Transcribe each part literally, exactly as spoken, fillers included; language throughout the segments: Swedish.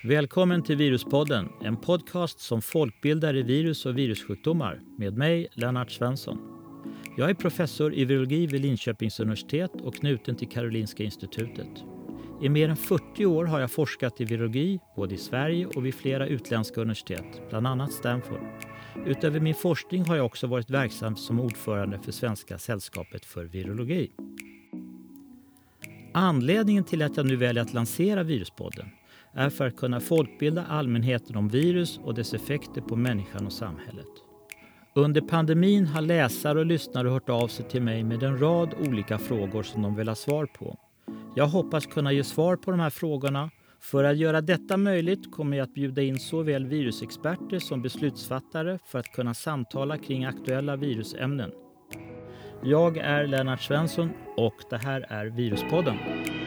Välkommen till Viruspodden, en podcast som folkbildar i virus och virussjukdomar med mig, Lennart Svensson. Jag är professor i virologi vid Linköpings universitet och knuten till Karolinska institutet. I mer än fyrtio år har jag forskat i virologi både i Sverige och vid flera utländska universitet, bland annat Stanford. Utöver min forskning har jag också varit verksam som ordförande för Svenska sällskapet för virologi. Anledningen till att jag nu väljer att lansera Viruspodden är för att kunna folkbilda allmänheten om virus och dess effekter på människan och samhället. Under pandemin har läsare och lyssnare hört av sig till mig med en rad olika frågor som de vill ha svar på. Jag hoppas kunna ge svar på de här frågorna. För att göra detta möjligt kommer jag att bjuda in såväl virusexperter som beslutsfattare för att kunna samtala kring aktuella virusämnen. Jag är Lennart Svensson och det här är Viruspodden.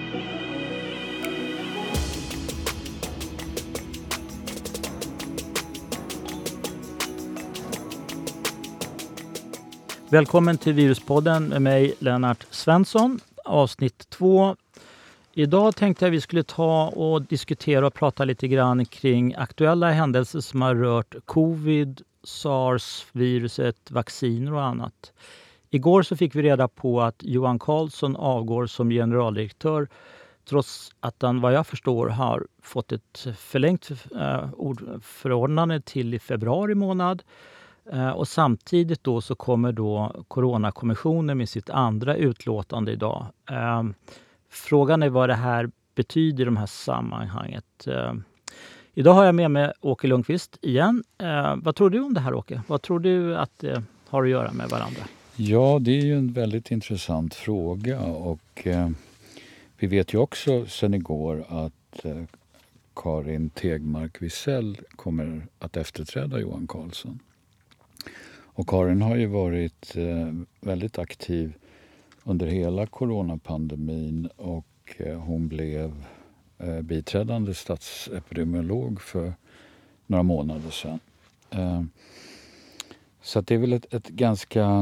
Välkommen till Viruspodden med mig Lennart Svensson, avsnitt två. Idag tänkte jag vi skulle ta och diskutera och prata lite grann kring aktuella händelser som har rört covid, SARS, viruset, vacciner och annat. Igår så fick vi reda på att Johan Carlsson avgår som generaldirektör trots att han, vad jag förstår, har fått ett förlängt uh, ordförordnande till i februari månad. Uh, och samtidigt då så kommer då Coronakommissionen med sitt andra utlåtande idag. Uh, frågan är vad det här betyder i de här sammanhanget. Uh, idag har jag med mig Åke Lundqvist igen. Uh, vad tror du om det här, Åke? Vad tror du att det har att göra med varandra? Ja, det är ju en väldigt intressant fråga och eh, vi vet ju också sedan igår att eh, Karin Tegmark Wisell kommer att efterträda Johan Carlsson. Och Karin har ju varit eh, väldigt aktiv under hela coronapandemin och eh, hon blev eh, biträdande statsepidemiolog för några månader sedan. Eh, så att det är väl ett, ett ganska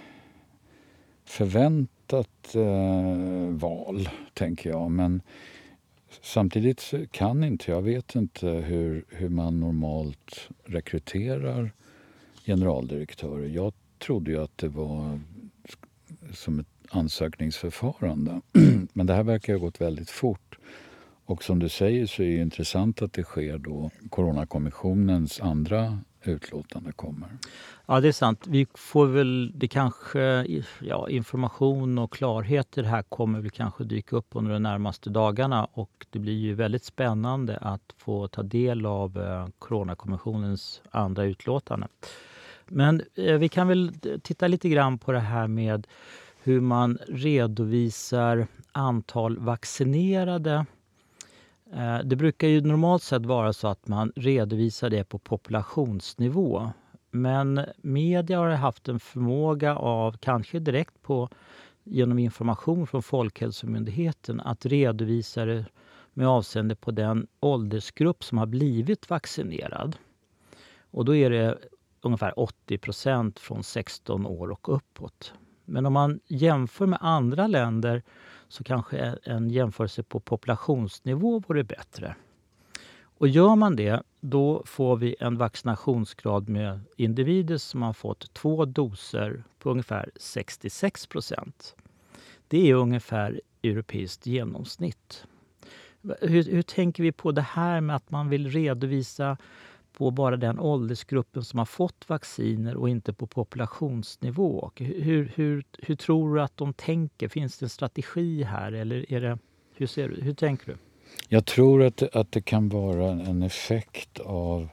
förväntat eh, val, tänker jag. Men samtidigt kan inte, jag vet inte hur, hur man normalt rekryterar generaldirektörer. Jag trodde ju att det var som ett ansökningsförfarande. Men det här verkar ha gått väldigt fort. Och som du säger så är det intressant att det sker då Coronakommissionens andra utlåtande kommer. Ja, det är sant. Vi får väl, det kanske, ja, information och klarhet i det här kommer väl kanske dyka upp under de närmaste dagarna och det blir ju väldigt spännande att få ta del av eh, Coronakommissionens andra utlåtande. Men eh, vi kan väl titta lite grann på det här med hur man redovisar antal vaccinerade. Eh, det brukar ju normalt sett vara så att man redovisar det på populationsnivå. Men media har haft en förmåga av, kanske direkt på genom information från Folkhälsomyndigheten, att redovisa det med avseende på den åldersgrupp som har blivit vaccinerad. Och då är det ungefär åttio procent från sexton år och uppåt. Men om man jämför med andra länder så kanske en jämförelse på populationsnivå vore bättre. Och gör man det, då får vi en vaccinationsgrad med individer som har fått två doser på ungefär sextiosex procent. Det är ungefär europeiskt genomsnitt. Hur, hur tänker vi på det här med att man vill redovisa på bara den åldersgruppen som har fått vacciner och inte på populationsnivå? Hur, hur, hur tror du att de tänker? Finns det en strategi här? Eller är det, hur, ser du, hur tänker du? Jag tror att, att det kan vara en effekt av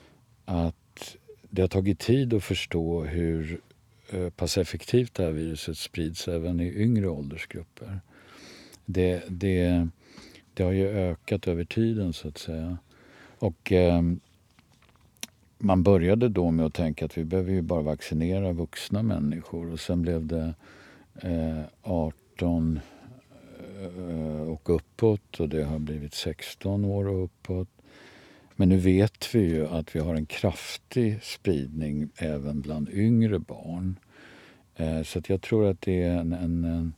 att det har tagit tid att förstå hur eh, pass effektivt det här viruset sprids även i yngre åldersgrupper. Det, det, det har ju ökat över tiden så att säga. Och eh, man började då med att tänka att vi behöver ju bara vaccinera vuxna människor och sen blev det eh, arton och uppåt och det har blivit sexton år och uppåt. Men nu vet vi ju att vi har en kraftig spridning även bland yngre barn. Så att jag tror att det är en, en, en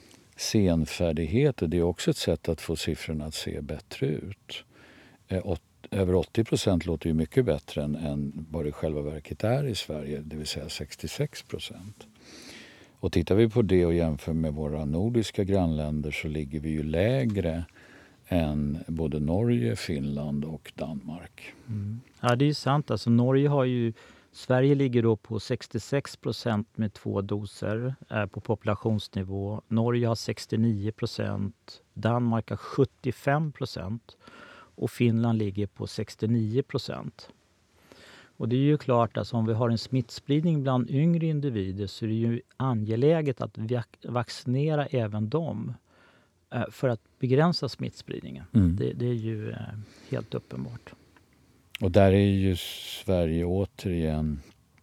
senfärdighet och det är också ett sätt att få siffrorna att se bättre ut. över åttio procent låter ju mycket bättre än, än vad det i själva verket är i Sverige, det vill säga sextiosex procent. Och tittar vi på det och jämför med våra nordiska grannländer så ligger vi ju lägre än både Norge, Finland och Danmark. Mm. Ja, det är ju sant. Alltså, Norge har ju, Sverige ligger då på sextiosex procent med två doser eh, på populationsnivå. Norge har sextionio procent, Danmark har sjuttiofem procent och Finland ligger på sextionio procent. Och det är ju klart att alltså, om vi har en smittspridning bland yngre individer så är det ju angeläget att vac- vaccinera även dem eh, för att begränsa smittspridningen. Mm. Det, det är ju eh, helt uppenbart. Och där är ju Sverige återigen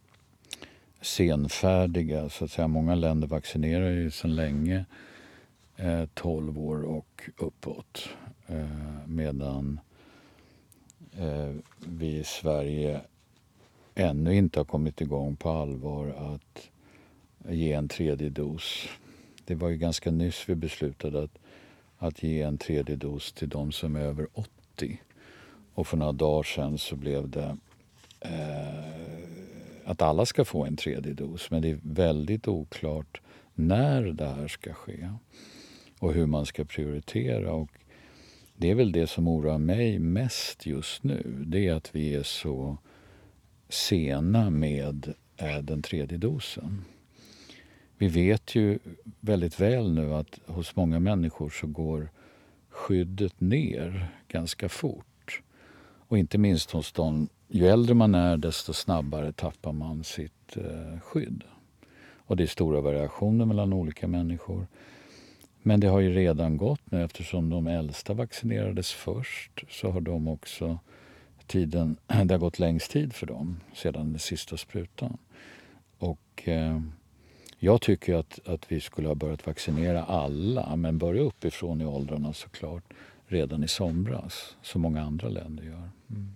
senfärdiga. Så att säga. Många länder vaccinerar ju sedan länge eh, tolv år och uppåt. Eh, medan eh, vi i Sverige ännu inte har kommit igång på allvar att ge en tredje dos. Det var ju ganska nyss vi beslutade att, att ge en tredje dos till de som är över åttio. Och för några dagar sedan så blev det eh, att alla ska få en tredje dos. Men det är väldigt oklart när det här ska ske och hur man ska prioritera. Och det är väl det som oroar mig mest just nu. Det är att vi är så sena med eh, den tredje dosen. Vi vet ju väldigt väl nu att hos många människor så går skyddet ner ganska fort. Och inte minst hos dem, ju äldre man är desto snabbare tappar man sitt eh, skydd. Och det är stora variationer mellan olika människor. Men det har ju redan gått nu eftersom de äldsta vaccinerades först så har de också tiden, det har gått längst tid för dem sedan den sista sprutan. Och eh, jag tycker att, att vi skulle ha börjat vaccinera alla, men börja uppifrån i åldrarna såklart redan i somras, som många andra länder gör. Mm.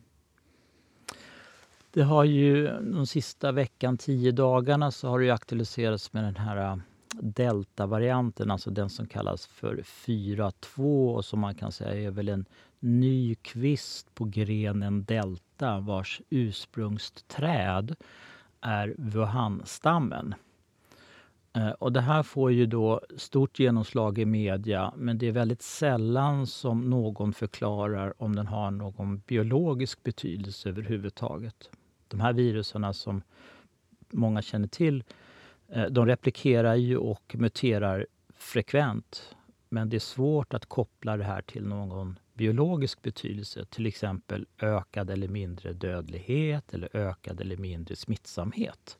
Det har ju de sista veckan, tio dagarna, så har det ju aktualiserats med den här delta-varianten, alltså den som kallas för fyra två och som man kan säga är väl en ny kvist på grenen delta vars ursprungsträd är Wuhan-stammen. Och det här får ju då stort genomslag i media, men det är väldigt sällan som någon förklarar om den har någon biologisk betydelse överhuvudtaget. De här viruserna som många känner till, de replikerar ju och muterar frekvent, men det är svårt att koppla det här till någon biologisk betydelse, till exempel ökad eller mindre dödlighet eller ökad eller mindre smittsamhet.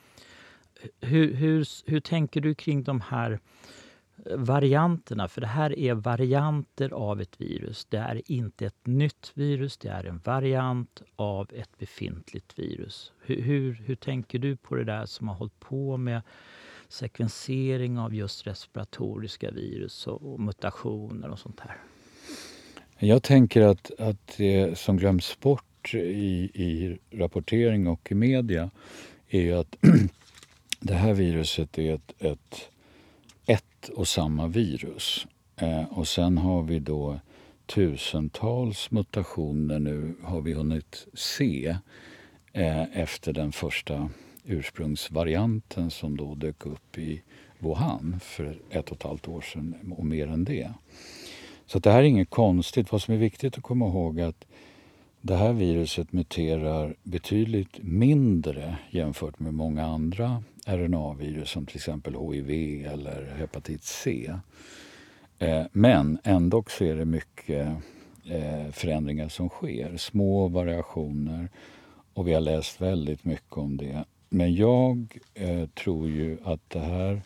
Hur, hur, hur tänker du kring de här varianterna? För det här är varianter av ett virus. Det är inte ett nytt virus, det är en variant av ett befintligt virus. Hur, hur, hur tänker du på det där som har hållit på med sekvensering av just respiratoriska virus och mutationer och sånt här? Jag tänker att, att det som glöms bort i, i rapportering och i media är ju att det här viruset är ett, ett, ett och samma virus. Eh, och sen har vi då tusentals mutationer nu har vi hunnit se eh, efter den första ursprungsvarianten som då dök upp i Wuhan för ett och ett halvt år sedan och mer än det. Så att det här är inget konstigt. Vad som är viktigt att komma ihåg är att det här viruset muterar betydligt mindre jämfört med många andra R N A-virus som till exempel H I V eller hepatit C. Eh, men ändå så är det mycket eh, förändringar som sker. Små variationer och vi har läst väldigt mycket om det. Men jag eh, tror ju att det här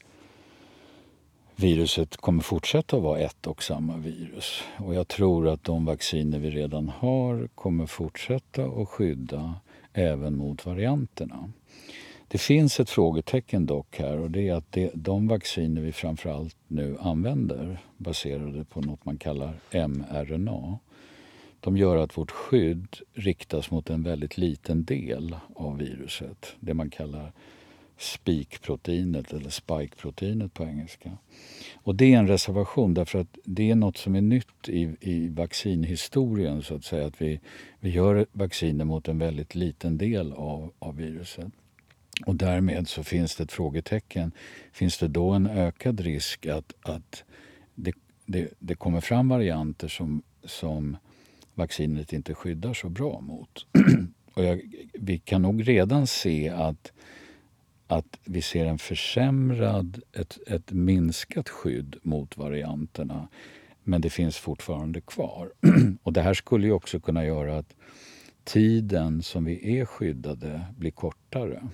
viruset kommer fortsätta att vara ett och samma virus. Och jag tror att de vacciner vi redan har kommer fortsätta att skydda även mot varianterna. Det finns ett frågetecken dock här och det är att det, de vacciner vi framförallt nu använder baserade på något man kallar mRNA. De gör att vårt skydd riktas mot en väldigt liten del av viruset. Det man kallar spike-proteinet eller spike-proteinet på engelska. Och det är en reservation därför att det är något som är nytt i, i vaccinhistorien så att säga. Att vi, vi gör vacciner mot en väldigt liten del av, av viruset. Och därmed så finns det ett frågetecken. Finns det då en ökad risk att, att det, det, det kommer fram varianter som, som vaccinet inte skyddar så bra mot? Och jag, vi kan nog redan se att att vi ser en försämrad, ett, ett minskat skydd mot varianterna. Men det finns fortfarande kvar. Och det här skulle ju också kunna göra att tiden som vi är skyddade blir kortare.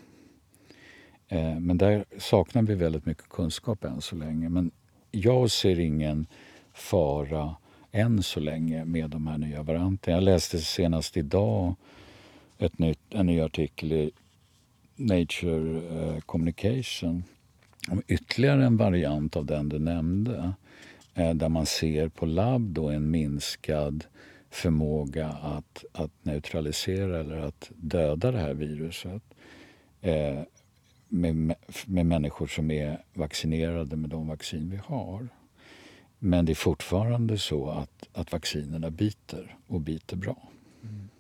Eh, men där saknar vi väldigt mycket kunskap än så länge. Men jag ser ingen fara än så länge med de här nya varianterna. Jag läste senast idag ett nytt, en ny artikel i Nature eh, Communication om ytterligare en variant av den du nämnde eh, där man ser på labb då en minskad förmåga att, att neutralisera eller att döda det här viruset eh, med, med människor som är vaccinerade med de vaccin vi har. Men det är fortfarande så att, att vaccinerna biter och biter bra. Mm.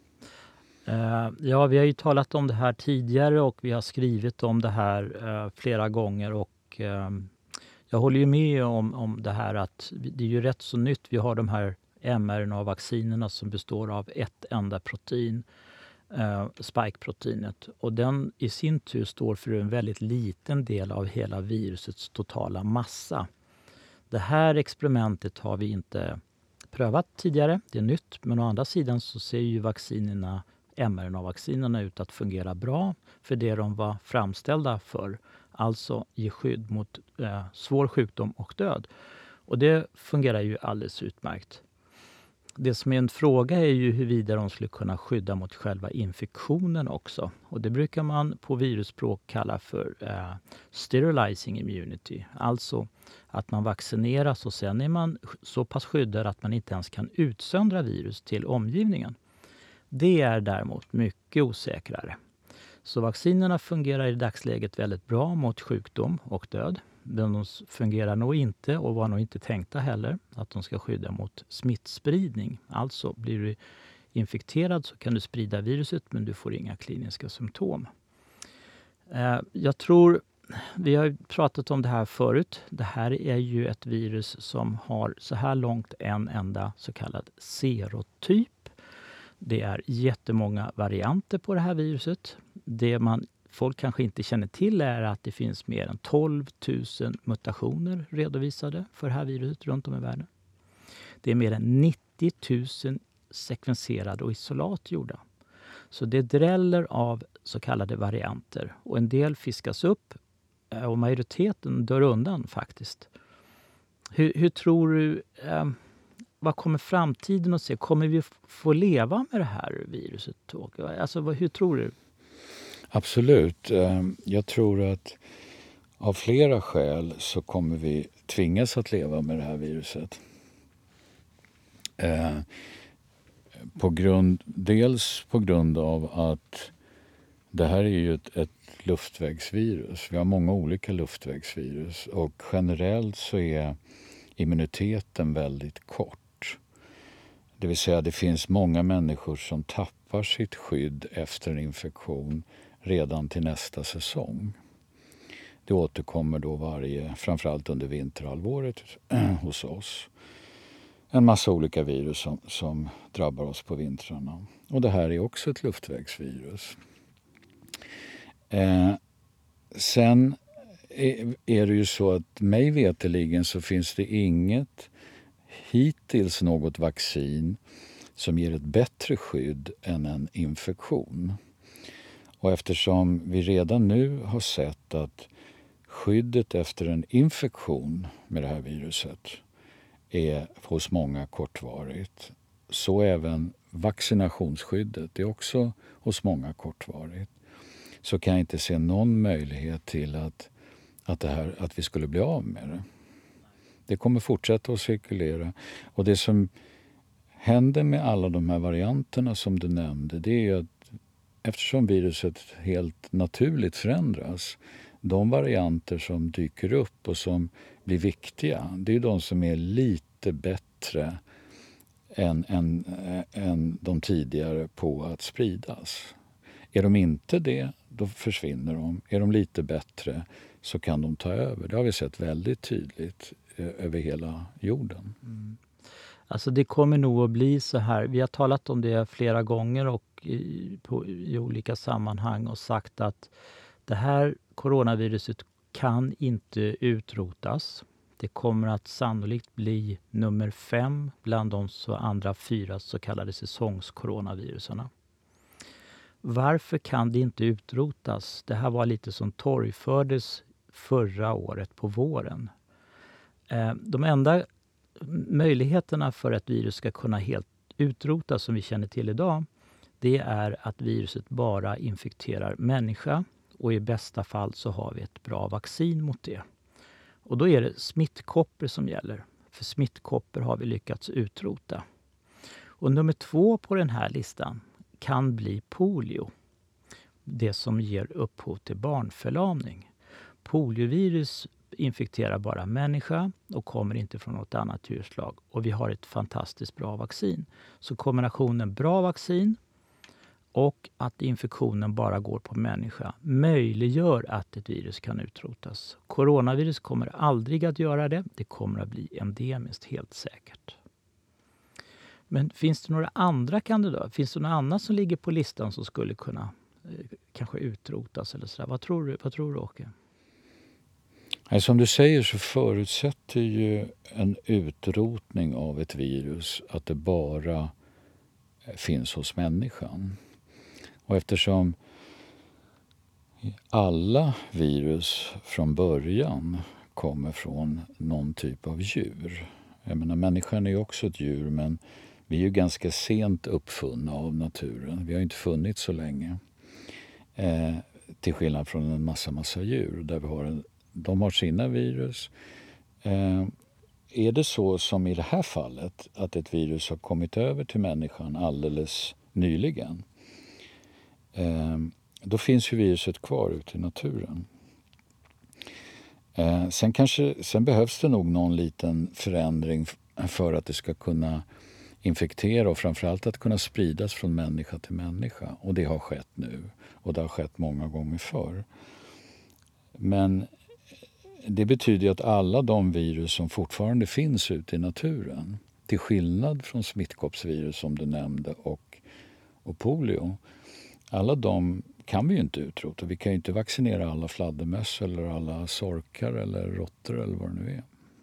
Ja, vi har ju talat om det här tidigare och vi har skrivit om det här uh, flera gånger och uh, jag håller ju med om, om det här att det är ju rätt så nytt. Vi har de här mRNA-vaccinerna som består av ett enda protein, uh, spike-proteinet. Och den i sin tur står för en väldigt liten del av hela virusets totala massa. Det här experimentet har vi inte prövat tidigare, det är nytt. Men å andra sidan så ser ju vaccinerna mRNA-vaccinerna ut att fungera bra för det de var framställda för. Alltså ge skydd mot eh, svår sjukdom och död. Och det fungerar ju alldeles utmärkt. Det som är en fråga är ju huruvida de skulle kunna skydda mot själva infektionen också. Och det brukar man på virusspråk kalla för eh, sterilizing immunity. Alltså att man vaccineras och sen är man så pass skyddad att man inte ens kan utsöndra virus till omgivningen. Det är däremot mycket osäkrare. Så vaccinerna fungerar i dagsläget väldigt bra mot sjukdom och död. De fungerar nog inte och var nog inte tänkta heller att de ska skydda mot smittspridning. Alltså blir du infekterad så kan du sprida viruset men du får inga kliniska symptom. Jag tror, vi har pratat om det här förut. Det här är ju ett virus som har så här långt en enda så kallad serotyp. Det är jättemånga varianter på det här viruset. Det man, folk kanske inte känner till är att det finns mer än tolv tusen mutationer redovisade för det här viruset runt om i världen. Det är mer än nittio tusen sekvenserade och isolat gjorda. Så det dräller av så kallade varianter. Och en del fiskas upp och majoriteten dör undan faktiskt. Hur, hur tror du... Eh, Vad kommer framtiden att se? Kommer vi få leva med det här viruset? Alltså, hur tror du? Absolut. Jag tror att av flera skäl så kommer vi tvingas att leva med det här viruset. På grund, dels på grund av att det här är ju ett, ett luftvägsvirus. Vi har många olika luftvägsvirus och generellt så är immuniteten väldigt kort. Det vill säga det finns många människor som tappar sitt skydd efter en infektion redan till nästa säsong. Det återkommer då varje, framförallt under vinterhalvåret hos oss. En massa olika virus som, som drabbar oss på vintrarna. Och det här är också ett luftvägsvirus. Eh, sen är, är det ju så att mig veteligen så finns det inget hittills något vaccin som ger ett bättre skydd än en infektion. Och eftersom vi redan nu har sett att skyddet efter en infektion med det här viruset är hos många kortvarigt, så även vaccinationsskyddet är också hos många kortvarigt, så kan jag inte se någon möjlighet till att, att, det här, att vi skulle bli av med det. Det kommer fortsätta att cirkulera. Och det som händer med alla de här varianterna som du nämnde, det är att eftersom viruset helt naturligt förändras, de varianter som dyker upp och som blir viktiga, det är de som är lite bättre än, än, än de tidigare på att spridas. Är de inte det, då försvinner de. Är de lite bättre så kan de ta över. Det har vi sett väldigt tydligt eh, över hela jorden. Mm. Alltså det kommer nog att bli så här. Vi har talat om det flera gånger och i, på, i olika sammanhang och sagt att det här coronaviruset kan inte utrotas. Det kommer att sannolikt bli nummer fem bland de så andra fyra så kallade säsongskoronaviruserna. Varför kan det inte utrotas? Det här var lite som torgfördes förra året på våren. De enda möjligheterna för att virus ska kunna helt utrotas som vi känner till idag, det är att viruset bara infekterar människa och i bästa fall så har vi ett bra vaccin mot det. Och då är det smittkoppor som gäller. För smittkoppor har vi lyckats utrota. Och nummer två på den här listan kan bli polio. Det som ger upphov till barnförlamning. Poliovirus infekterar bara människa och kommer inte från något annat djurslag. Och vi har ett fantastiskt bra vaccin. Så kombinationen bra vaccin och att infektionen bara går på människa möjliggör att ett virus kan utrotas. Coronavirus kommer aldrig att göra det. Det kommer att bli endemiskt, helt säkert. Men finns det några andra kandidater? Finns det något annat som ligger på listan som skulle kunna eh, kanske utrotas? Eller så där? Vad tror du, vad tror du Åke? Nej, som du säger så förutsätter ju en utrotning av ett virus att det bara finns hos människan. Och eftersom alla virus från början kommer från någon typ av djur. Jag menar, människan är ju också ett djur, men vi är ju ganska sent uppfunna av naturen. Vi har inte funnits så länge. Eh, till skillnad från en massa, massa djur där vi har en, de har sina virus. Eh, är det så som i det här fallet att ett virus har kommit över till människan alldeles nyligen, eh, då finns ju viruset kvar ute i naturen. Eh, sen, kanske, sen behövs det nog någon liten förändring för att det ska kunna infektera och framförallt att kunna spridas från människa till människa. Och det har skett nu och det har skett många gånger förr. Men det betyder ju att alla de virus som fortfarande finns ute i naturen, till skillnad från smittkoppsvirus som du nämnde och, och polio, alla de kan vi ju inte utrota. Vi kan ju inte vaccinera alla fladdermöss eller alla sorkar eller råttor eller vad det nu är.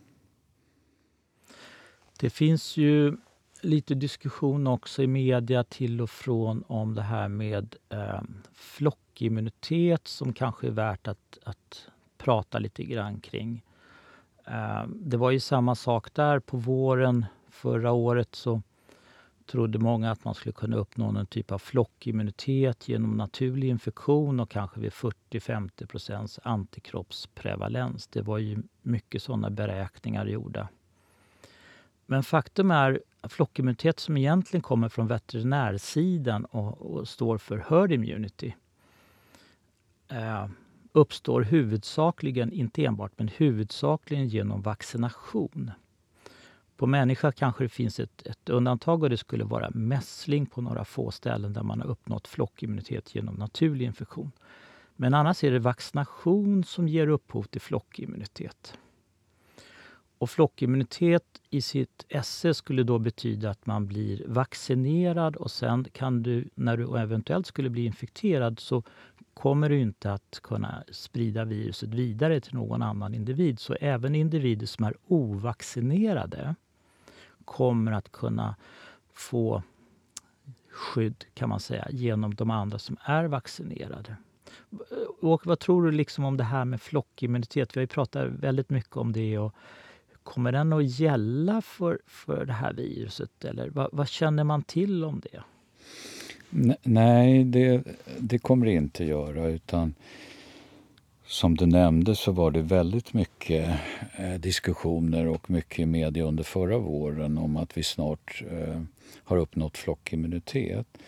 Det finns ju lite diskussion också i media till och från om det här med eh, flockimmunitet som kanske är värt att, att prata lite grann kring. Eh, det var ju samma sak där på våren förra året, så trodde många att man skulle kunna uppnå någon typ av flockimmunitet genom naturlig infektion och kanske vid fyrtio till femtio procent antikroppsprevalens. Det var ju mycket sådana beräkningar gjorda. Men faktum är att flockimmunitet som egentligen kommer från veterinärsidan och, och står för herd immunity eh, uppstår huvudsakligen, inte enbart, men huvudsakligen genom vaccination. På människa kanske det finns ett, ett undantag och det skulle vara mässling på några få ställen där man har uppnått flockimmunitet genom naturlig infektion. Men annars är det vaccination som ger upphov till flockimmunitet. Och flockimmunitet i sitt esse skulle då betyda att man blir vaccinerad och sen kan du, när du eventuellt skulle bli infekterad, så kommer du inte att kunna sprida viruset vidare till någon annan individ. Så även individer som är ovaccinerade kommer att kunna få skydd, kan man säga, genom de andra som är vaccinerade. Och vad tror du liksom om det här med flockimmunitet? Vi har ju pratat väldigt mycket om det, och kommer den att gälla för, för det här viruset? Eller vad, vad känner man till om det? Nej, det, det kommer det inte göra, utan som du nämnde så var det väldigt mycket eh, diskussioner och mycket i media under förra våren om att vi snart eh, har uppnått flockimmunitet.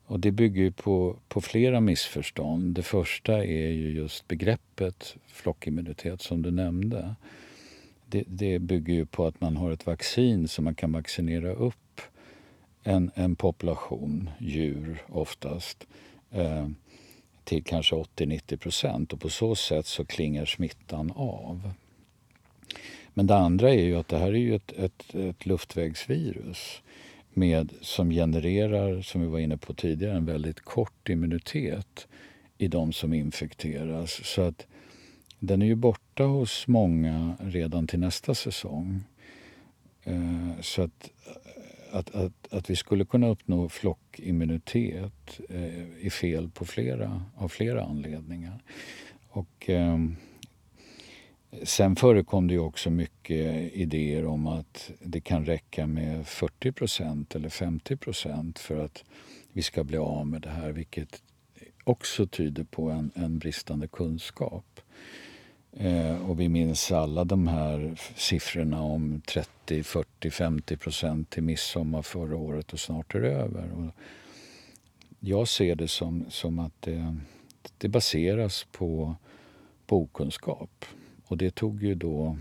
Och det bygger ju på, på flera missförstånd. Det första är ju just begreppet flockimmunitet som du nämnde. Det, det bygger ju på att man har ett vaccin som man kan vaccinera upp en, en population djur oftast eh, till kanske åttio till nittio procent, och på så sätt så klingar smittan av. Men det andra är ju att det här är ju ett, ett, ett luftvägsvirus med, som genererar, som vi var inne på tidigare, en väldigt kort immunitet i de som infekteras. Så att den är ju borta hos många redan till nästa säsong. Eh, så att, att, att, att vi skulle kunna uppnå flockimmunitet eh, är fel på flera, av flera anledningar. Och eh, sen förekom det ju också mycket idéer om att det kan räcka med fyrtio procent eller femtio procent för att vi ska bli av med det här, vilket också tyder på en, en bristande kunskap. Eh, och vi minns alla de här siffrorna om trettio, fyrtio, femtio procent till midsommar förra året, och snart är det över. Och jag ser det som, som att det, det baseras på, på okunskap. Och det tog ju då...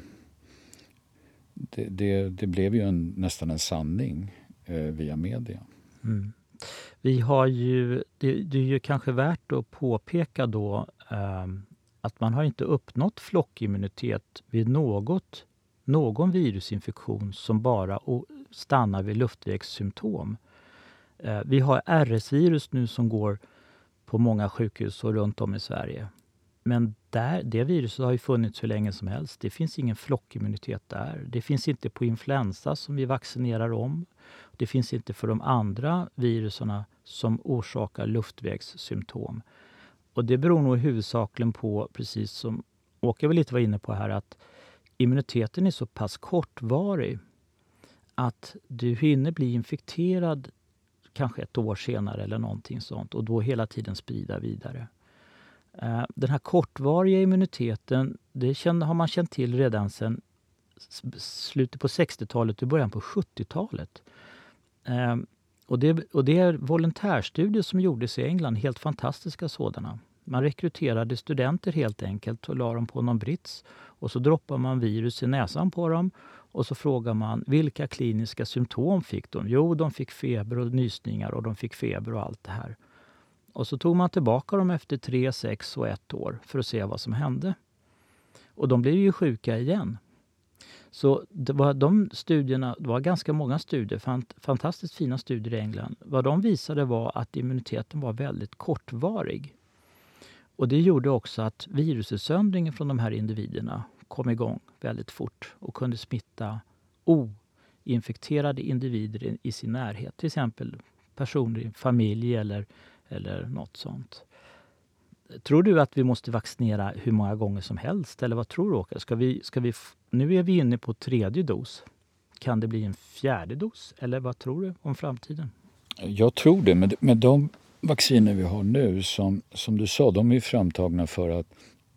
Det, det, det blev ju en, nästan en sanning eh, via media. Mm. Vi har ju, det, det är ju kanske värt att påpeka då eh, att man har inte uppnått flockimmunitet vid något, någon virusinfektion som bara stannar vid luftvägssymptom. Eh, vi har R S-virus nu som går på många sjukhus och runt om i Sverige. Men där, det viruset har ju funnits hur länge som helst. Det finns ingen flockimmunitet där. Det finns inte på influensa som vi vaccinerar om. Det finns inte för de andra viruserna som orsakar luftvägssymptom. Och det beror nog huvudsakligen på, precis som Åke väl lite var inne på här, att immuniteten är så pass kortvarig att du hinner bli infekterad kanske ett år senare eller någonting sånt, och då hela tiden sprida vidare. Den här kortvariga immuniteten, det känner, har man känt till redan sedan slutet på sextiotalet och början på sjuttiotalet. Och det, och det är volontärstudier som gjordes i England, helt fantastiska sådana. Man rekryterade studenter helt enkelt och la dem på någon brits, och så droppar man virus i näsan på dem, och så frågar man vilka kliniska symptom fick de? Jo, de fick feber och nysningar, och de fick feber och allt det här. Och så tog man tillbaka dem efter tre, sex och ett år för att se vad som hände. Och de blev ju sjuka igen. Så det var de studierna, det var ganska många studier, fant, fantastiskt fina studier i England. Vad de visade var att immuniteten var väldigt kortvarig. Och det gjorde också att virusutsöndringen från de här individerna kom igång väldigt fort och kunde smitta oinfekterade individer i sin närhet. Till exempel personer i familj eller eller något sånt. Tror du att vi måste vaccinera hur många gånger som helst? Eller vad tror du, Åke? Ska vi, ska vi, nu är vi inne på tredje dos. Kan det bli en fjärde dos? Eller vad tror du om framtiden? Jag tror det. Med, med de vacciner vi har nu, som, som du sa, de är framtagna för att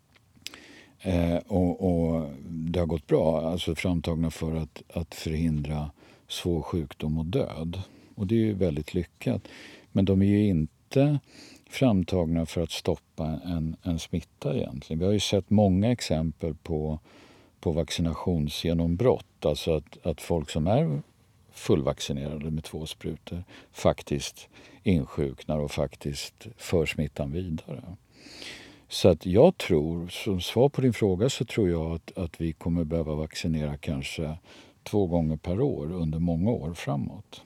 eh, och, och det har gått bra. Alltså framtagna för att, att förhindra svår sjukdom och död. Och det är ju väldigt lyckat. Men de är ju inte framtagna för att stoppa en, en smitta egentligen. Vi har ju sett många exempel på, på vaccinationsgenombrott. Alltså att, att folk som är fullvaccinerade med två sprutor faktiskt insjuknar och faktiskt för smittan vidare. Så att jag tror, som svar på din fråga, så tror jag att, att vi kommer behöva vaccinera kanske två gånger per år under många år framåt.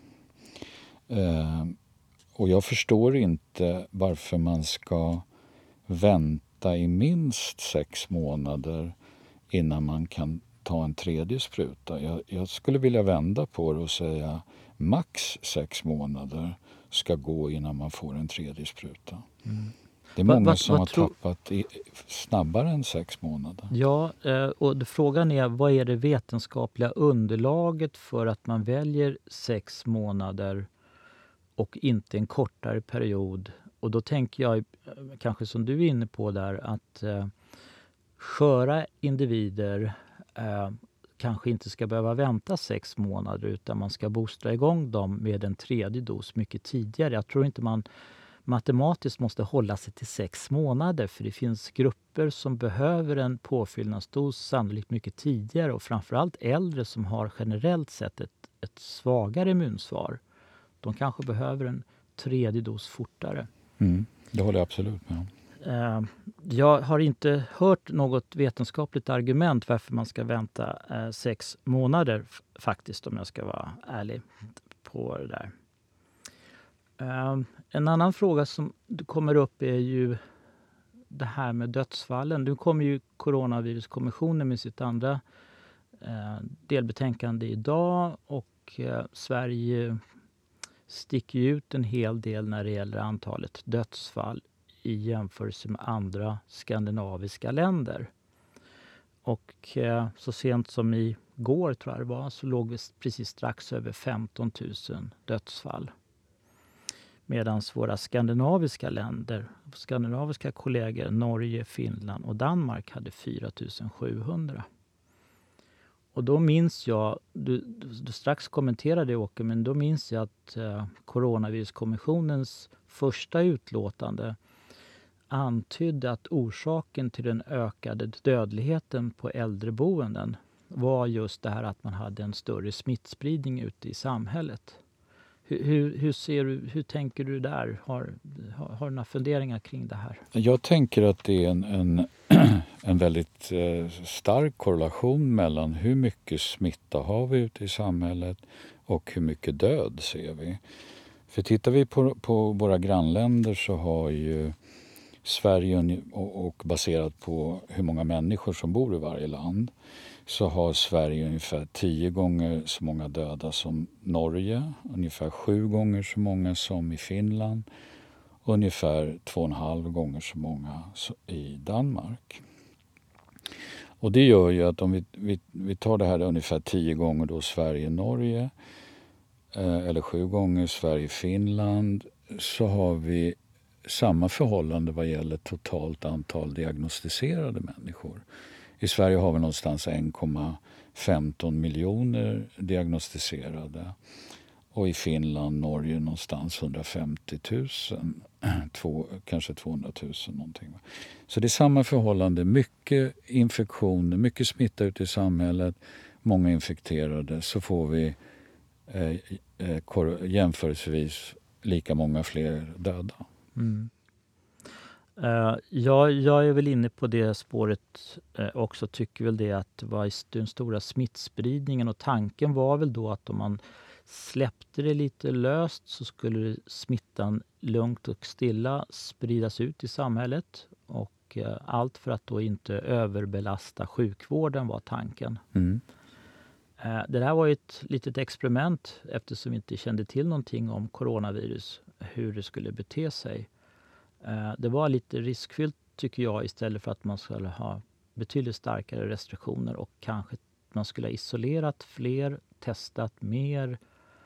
Eh, Och jag förstår inte varför man ska vänta i minst sex månader innan man kan ta en tredje spruta. Jag, jag skulle vilja vända på det och säga max sex månader ska gå innan man får en tredje spruta. Mm. Det är många va, va, som har tro... tappat i, snabbare än sex månader. Ja, och frågan är, vad är det vetenskapliga underlaget för att man väljer sex månader och inte en kortare period? Och då tänker jag, kanske som du är inne på där, att eh, sköra individer, eh, kanske inte ska behöva vänta sex månader utan man ska boostra igång dem med en tredje dos mycket tidigare. Jag tror inte man matematiskt måste hålla sig till sex månader för det finns grupper som behöver en påfyllnadsdos sannolikt mycket tidigare och framförallt äldre som har generellt sett ett, ett svagare immunsvar. De kanske behöver en tredje dos fortare. Mm, det håller jag absolut med om. Uh, jag har inte hört något vetenskapligt argument varför man ska vänta uh, sex månader f- faktiskt, om jag ska vara ärlig på det där. Uh, en annan fråga som kommer upp är ju det här med dödsfallen. Nu kommer ju Coronaviruskommissionen med sitt andra uh, delbetänkande idag och uh, Sverige sticker ut en hel del när det gäller antalet dödsfall i jämförelse med andra skandinaviska länder. Och eh, så sent som i går tror jag det var så låg vi precis strax över femton tusen dödsfall. Medan våra skandinaviska länder, skandinaviska kollegor, Norge, Finland och Danmark hade fyra tusen sjuhundra. Och då minns jag, du, du, du strax kommenterade det Åke, men då minns jag att eh, Coronaviruskommissionens första utlåtande antydde att orsaken till den ökade dödligheten på äldreboenden var just det här att man hade en större smittspridning ute i samhället. Hur, hur, hur, ser du, hur tänker du där? Har, har, har du några funderingar kring det här? Jag tänker att det är en, en, en väldigt eh, stark korrelation mellan hur mycket smitta har vi ute i samhället och hur mycket död ser vi. För tittar vi på, på våra grannländer så har ju Sverige, och baserat på hur många människor som bor i varje land, så har Sverige ungefär tio gånger så många döda som Norge, ungefär sju gånger så många som i Finland och ungefär två och en halv gånger så många i Danmark. Och det gör ju att om vi, vi, vi tar det här ungefär tio gånger då Sverige-Norge eh, eller sju gånger Sverige-Finland, så har vi samma förhållande vad gäller totalt antal diagnostiserade människor. I Sverige har vi någonstans en komma femton miljoner diagnostiserade och i Finland, Norge någonstans hundrafemtio tusen, två, kanske tvåhundra tusen någonting. Så det är samma förhållande, mycket infektioner, mycket smitta ute i samhället, många infekterade, så får vi eh, eh, jämförelsevis lika många fler döda. Mm. Uh, ja, jag är väl inne på det spåret uh, också, tycker väl det att det var den stora smittspridningen och tanken var väl då att om man släppte det lite löst så skulle smittan lugnt och stilla spridas ut i samhället och uh, allt för att då inte överbelasta sjukvården var tanken. Mm. Uh, det där var ju ett litet experiment eftersom vi inte kände till någonting om coronavirus, hur det skulle bete sig. Det var lite riskfyllt tycker jag, istället för att man skulle ha betydligt starkare restriktioner och kanske man skulle ha isolerat fler, testat mer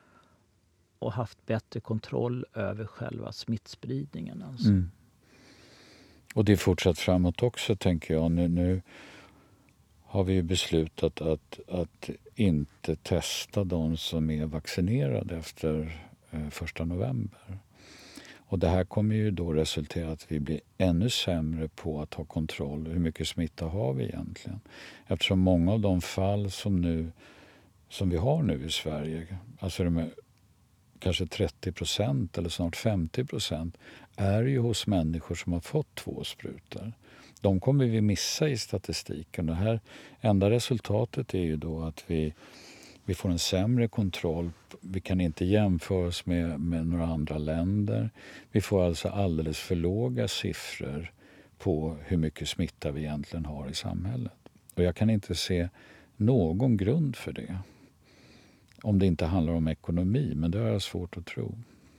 och haft bättre kontroll över själva smittspridningen. Alltså. Mm. Och det är fortsatt framåt också, tänker jag. Nu, nu har vi ju beslutat att, att inte testa de som är vaccinerade efter eh, första november. Och det här kommer ju då resultera att vi blir ännu sämre på att ha kontroll. Hur mycket smitta har vi egentligen? Eftersom många av de fall som, nu, som vi har nu i Sverige, alltså de är kanske trettio procent eller snart femtio procent, är ju hos människor som har fått två sprutor. De kommer vi missa i statistiken. Det här enda resultatet är ju då att vi Vi får en sämre kontroll. Vi kan inte jämföras med, med några andra länder. Vi får alltså alldeles för låga siffror på hur mycket smitta vi egentligen har i samhället. Och jag kan inte se någon grund för det. Om det inte handlar om ekonomi, men det har jag svårt att tro.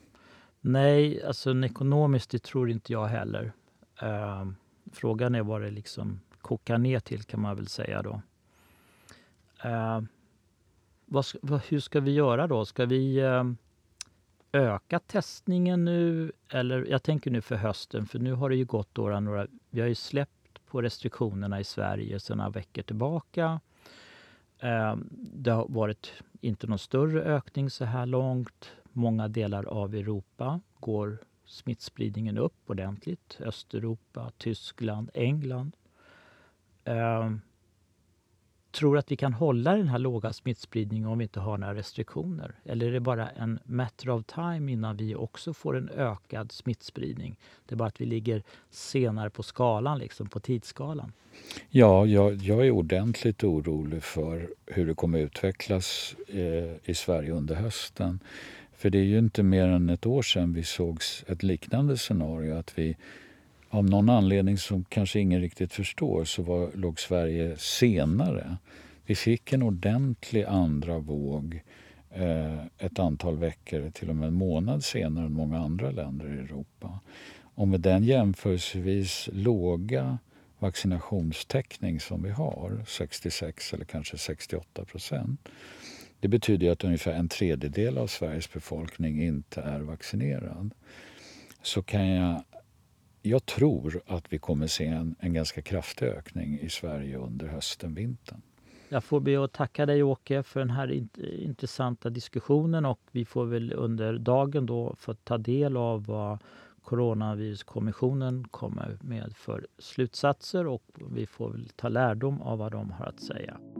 Nej, alltså ekonomiskt det tror inte jag heller. Uh, frågan är vad det liksom kokar ner till, kan man väl säga då. Uh, Vad, vad, hur ska vi göra då? Ska vi eh, öka testningen nu? Eller jag tänker nu för hösten, för nu har det ju gått några, några vi har ju släppt på restriktionerna i Sverige sedan några veckor tillbaka. Eh, det har varit inte någon större ökning så här långt. Många delar av Europa går smittspridningen upp ordentligt. Östeuropa, Tyskland, England. Eh, tror att vi kan hålla den här låga smittspridningen om vi inte har några restriktioner? Eller är det bara en matter of time innan vi också får en ökad smittspridning? Det är bara att vi ligger senare på skalan, liksom på tidsskalan. Ja, jag, jag är ordentligt orolig för hur det kommer utvecklas eh, i Sverige under hösten. För det är ju inte mer än ett år sedan vi såg ett liknande scenario, att vi av någon anledning som kanske ingen riktigt förstår så var, låg Sverige senare. Vi fick en ordentlig andra våg eh, ett antal veckor, till och med en månad senare än många andra länder i Europa. Och med den jämförelsevis låga vaccinationstäckning som vi har, sextiosex eller kanske sextioåtta procent, det betyder att ungefär en tredjedel av Sveriges befolkning inte är vaccinerad. Så kan jag Jag tror att vi kommer se en, en ganska kraftig ökning i Sverige under hösten, vintern. Jag får be att tacka dig, Åke, för den här int- intressanta diskussionen, och vi får väl under dagen då få ta del av vad Coronaviruskommissionen kommer med för slutsatser, och vi får väl ta lärdom av vad de har att säga.